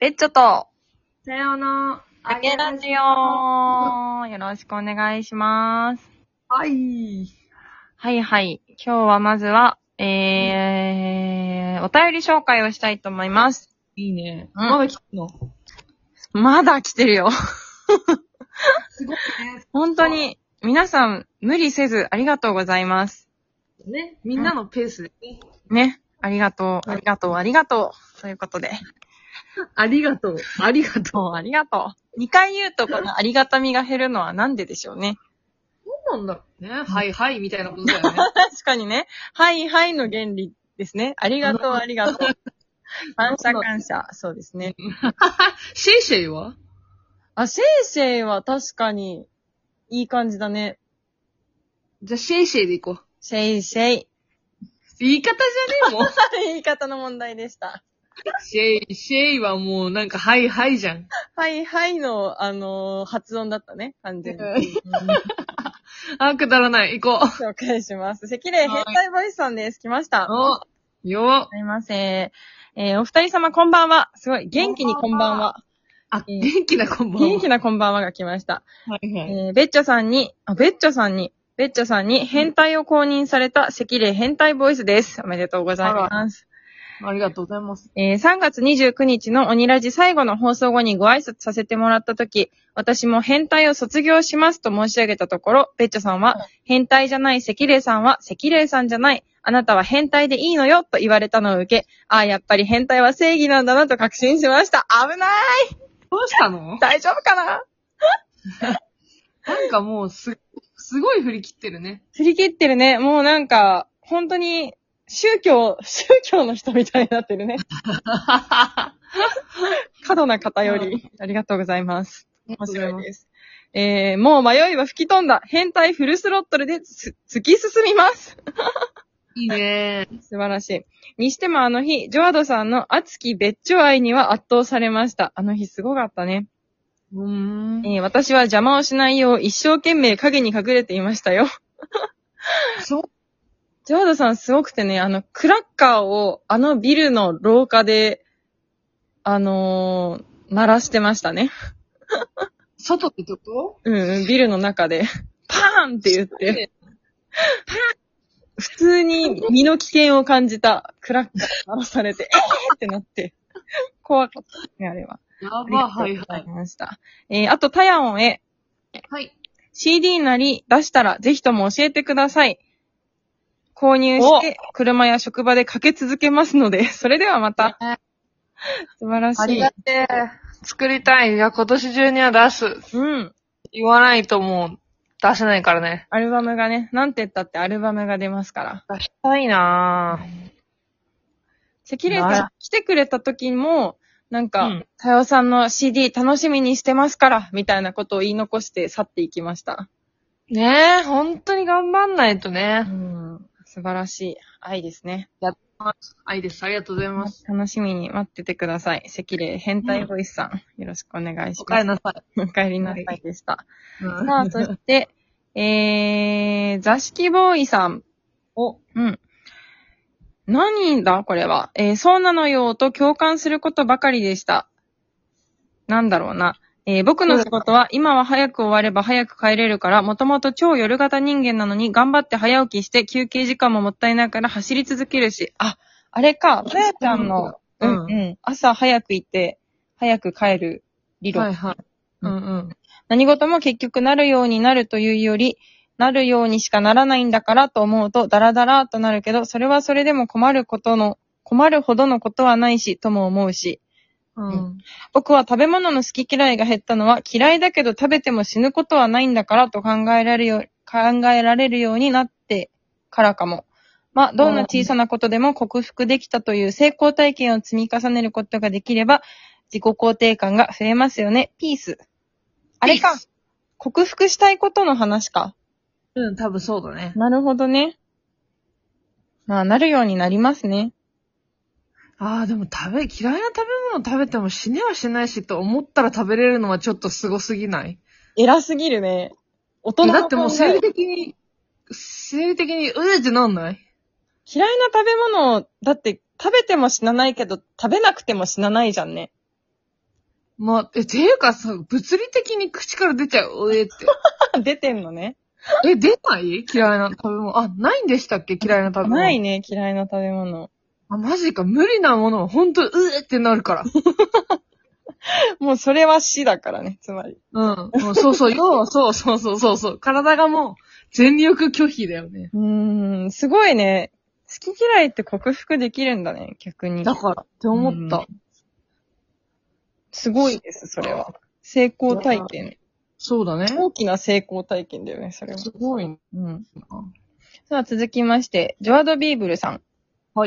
ペッチョと、 さようなら。 あげラジオよろしくお願いします。 はい。 はいはい。今日はまずは、お便り紹介をしたいと思います。 いいね。 うんまだ来てんの？ まだ来てるよ。 すごいね。 本当に、皆さん、無理せずありがとうございます。 ね。みんなのペースでね。 ね。ありがとう、ありがとう、ありがとう。ということで。 ありがとう。ありがとう。 ありがとう。2回言うとこのありがたみが減るのはなんででしょうね。 そうなんだろうね。はいはい、みたいなことだよね。 確かにね。はいはいの原理ですね。ありがとう、ありがとう。感謝感謝。そうですね。 シェイシェイは？ あ、シェイシェイは確かに、いい感じだね。 じゃあシェイシェイでいこう。 シェイシェイ。 言い方じゃねえもん。 言い方の問題でした。 シェイ、シェイはもうなんかはいはいじゃん。 はいはいの、発音だったね。完全に。 あ、くだらない。行こ紹介します。赤霊変態ボイスさんです。来ました。 う。よすいません。お二人様こんばんは。すごい、元気にこんばんは。 元気なこんばんは。 元気なこんばんはが来ました。 はいはい。 ベッチョさんに変態を公認された赤霊変態ボイスです。おめでとうございます。 ありがとうございます。 3月29日の鬼ラジ最後の放送後にご挨拶させてもらったとき、私も変態を卒業しますと申し上げたところ、ベッチョさんは、変態じゃない赤霊さんは赤霊さんじゃない、あなたは変態でいいのよと言われたのを受け、やっぱり変態は正義なんだなと確信しました。危ない。 どうしたの？ 大丈夫かな？ なんかもうすごい振り切ってるね。 振り切ってるね。もうなんか、本当に、宗教の人みたいになってるね。過度な偏り。ありがとうございます。面白いです。もう迷いは吹き飛んだ。変態フルスロットルで突き進みます。 いいね。 素晴らしい。にしてもあの日、ジョアドさんの熱き別所愛には圧倒されました。あの日すごかったね。私は邪魔をしないよう一生懸命影に隠れていましたよ。 そう。 ジョアドさんすごくてね、クラッカーをビルの廊下で、鳴らしてましたね。 外ってこと？ ビルの中で、パーンって言って、普通に身の危険を感じたクラッカー鳴らされて、ってなって、怖かったね、あれは。 やば、はいはい。 ました。あと、タヤオンへ、 はい。 CD なり出したらぜひとも教えてください。購入して、車や職場でかけ続けますので、それではまた。素晴らしい。 ありがてえ。作りたい。いや、今年中には出す。 うん。 言わないともう、出せないからね。 アルバムがね、なんて言ったってアルバムが出ますから。 出したいなぁ。 赤霊さん来てくれた時も、なんか、 うん。 タヨさんの CD 楽しみにしてますから、みたいなことを言い残して去っていきました。 ねえ、本当に頑張んないとね。 素晴らしい愛ですね。 やってます。愛です。ありがとうございます。 楽しみに待っててください。赤霊変態ボイスさん、よろしくお願いします。 お帰りなさい。 お帰りなさいでした。 うん、 さあ、そして、座敷ボーイさん。何だこれは。そうなのよと共感することばかりでした。なんだろうな。僕の仕事は今は早く終われば早く帰れるから、もともと超夜型人間なのに頑張って早起きして休憩時間ももったいないから走り続けるし。あれか。さやちゃんの、朝早く行って早く帰る理論。 はいはい。 何事も結局なるようになるというより、なるようにしかならないんだからと思うとダラダラとなるけど、それはそれでも困るほどのことはないし、とも思うし。僕は食べ物の好き嫌いが減ったのは嫌いだけど食べても死ぬことはないんだからと考えられるようになってからかも。どんな小さなことでも克服できたという成功体験を積み重ねることができれば自己肯定感が増えますよね。ピース。あれか。克服したいことの話か。 多分そうだね。 なるほどね。なるようになりますね。 でも嫌いな食べ物食べても死ねはしないしと思ったら食べれるのはちょっとすごすぎない？ 偉すぎるね。大人の考え。 だってもう生理的に、ってなんない？ 嫌いな食べ物、だって食べても死なないけど、食べなくても死なないじゃんね。 まあ、っていうかさ、物理的に口から出ちゃう。って。 出てんのね。 出ない嫌いな食べ物。あ、ないんでしたっけ嫌いな食べ物。 ないね、嫌いな食べ物。 あ、マジか。無理なものはほんと、ってなるから。 もうそれは死だからね、つまり。 うん。もうそうそう、要はそう。体がもう、全力拒否だよね。 すごいね。好き嫌いって克服できるんだね、逆に。 だからって思った。 すごいです、それは。成功体験。 そうだね。 大きな成功体験だよね、それは。 すごい。 さあ、続きまして、ジョアド・ビーブルさん。 はい。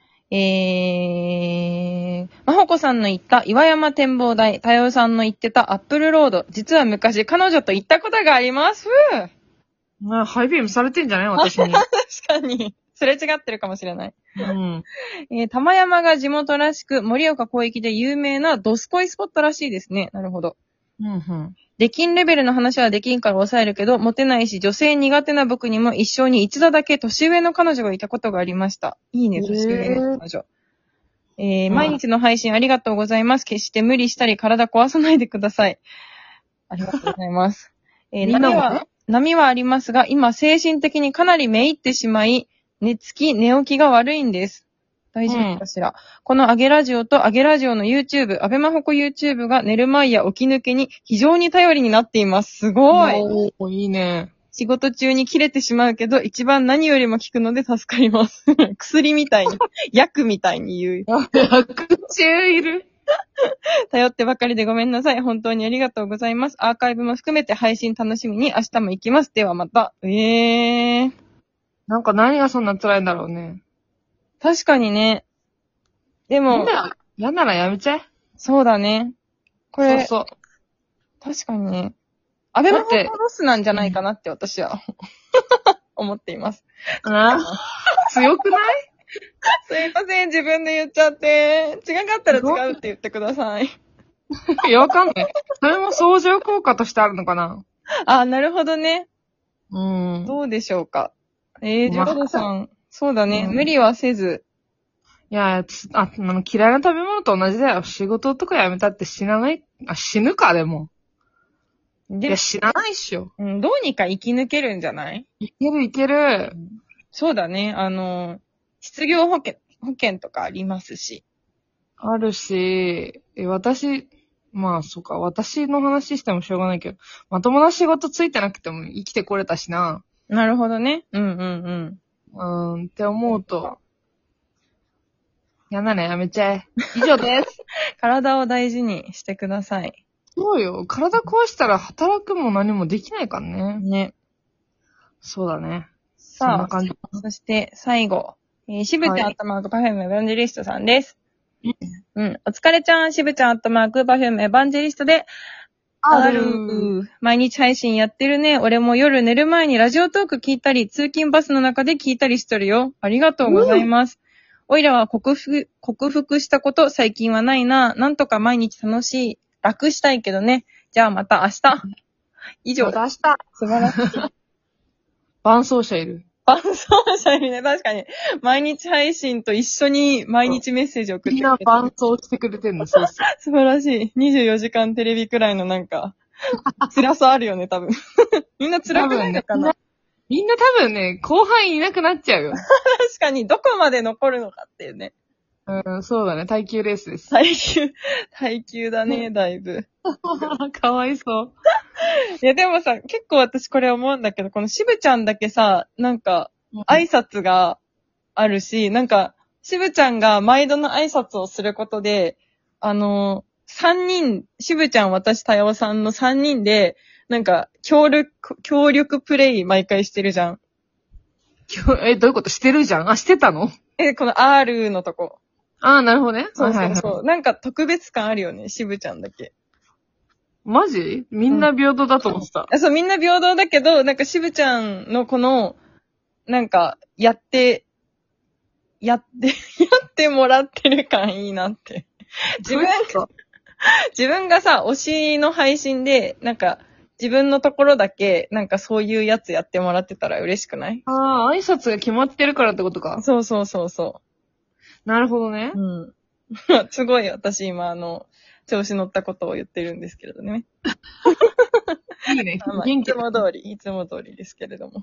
まほこさんの言った岩山展望台、たよさんの言ってたアップルロード。実は昔彼女と行ったことがあります。 ハイビームされてんじゃない私に。 確かに。すれ違ってるかもしれない。 うん。 玉山が地元らしく、盛岡広域で有名なドスコイスポットらしいですね。なるほど。できんレベルの話はできんから抑えるけど、モテないし、女性苦手な僕にも一生に一度だけ年上の彼女がいたことがありました。いいね、年上の彼女。毎日の配信ありがとうございます。決して無理したり体壊さないでください。ありがとうございます。波はありますが、今精神的にかなりめいってしまい、寝つき、寝起きが悪いんです。大丈夫かしら、このアゲラジオとアゲラジオの YouTube、アベマホコ YouTube が寝る前や起き抜けに非常に頼りになっています。すごい。 いいね。 仕事中に切れてしまうけど、一番何よりも効くので助かります。薬みたいに、薬みたいに言う。 薬中いる頼ってばかりでごめんなさい。本当にありがとうございます。アーカイブも含めて配信楽しみに明日も行きます。ではまた。 なんか何がそんな辛いんだろうね。 確かにね。でも、 嫌ならやめちゃえ。 そうだね。これ、 そう。 確かにね。アベマホコロスなんじゃないかなって私は思っています。 強くないすいません、自分で言っちゃって。違かったら違うって言ってください。 いや、わかんない。それも相乗効果としてあるのかな。 あ、なるほどね。 どうでしょうか。ジョードさん。そうだね、無理はせず。 いや、嫌いな食べ物と同じだよ。仕事とか辞めたって死なない。死ぬか、でも。いや、死なないっしょ。 どうにか生き抜けるんじゃない？ いける。 そうだね。失業保険とかありますし。 あるし、まあ、そうか、私の話してもしょうがないけど、まともな仕事ついてなくても生きてこれたしな。 なるほどね。 って思うと、やめちゃえ。以上です。 体を大事にしてください。 そうよ。体壊したら働くも何もできないからね。 ね。 そうだね。 さあ、 そんな感じ。 そして最後、しぶちゃんパフュームエヴァンジェリストさんです。お疲れちゃん、しぶちゃんパフュームエヴァンジェリストで、毎日配信やってるね。俺も夜寝る前にラジオトーク聞いたり、通勤バスの中で聞いたりしてるよ。ありがとうございます。おいらは克服したこと最近はないな。なんとか毎日楽したいけどね。じゃあまた明日。以上。 また明日。 素晴らしい。 伴走者いる。 伴走者いるね。確かに。毎日配信と一緒に毎日メッセージ送ってくれて。 みんな伴走してくれてんの、そうそう。 素晴らしい。24時間テレビくらいのなんか、辛さあるよね、多分。みんな辛くないのかな？ みんな多分ね、後輩いなくなっちゃうよ。 確かに、どこまで残るのかっていうね。 そうだね。耐久レースです。 耐久だね、だいぶ。 かわいそう。 いや、でもさ、結構私これ思うんだけど、このしぶちゃんだけさ、なんか、挨拶があるし、なんか、しぶちゃんが毎度の挨拶をすることで、3人、しぶちゃん、私、たよさんの3人で、なんか、協力プレイ毎回してるじゃん。 どういうことしてるじゃん。してたの？ この R のとこ。 なるほどね。 そうそうそう。なんか特別感あるよね、しぶちゃんだけ。 マジ？みんな平等だと思ってた。 そう、みんな平等だけど、なんかしぶちゃんのこの、なんか、やってもらってる感いいなって。自分がさ、推しの配信で、なんか、自分のところだけ、なんかそういうやつやってもらってたら嬉しくない？ 挨拶が決まってるからってことか。 そうそうそうそなるほどね。 う。 すごい私今調子乗ったことを言ってるんですけれどね。 いいね。 まあ、いつも通りですけれども。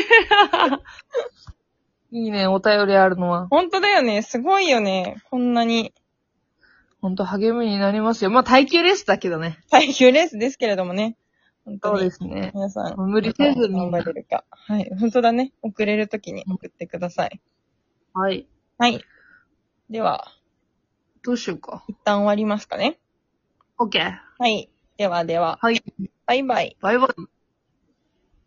いいね、お便りあるのは。 本当だよね。すごいよね。こんなに。 ほんと励みになりますよ。まあ、耐久レースだけどね。 耐久レースですけれどもね。本当そうに。 ですね。 皆さん。 無理せずに。 頑張れるか。はい。本当だね。遅れるときに送ってください。 はい。 はい。では、 どうしようか。 一旦終わりますかね。 オッケー。 はい。ではでは。 はい。 バイバイ。 バイバイ。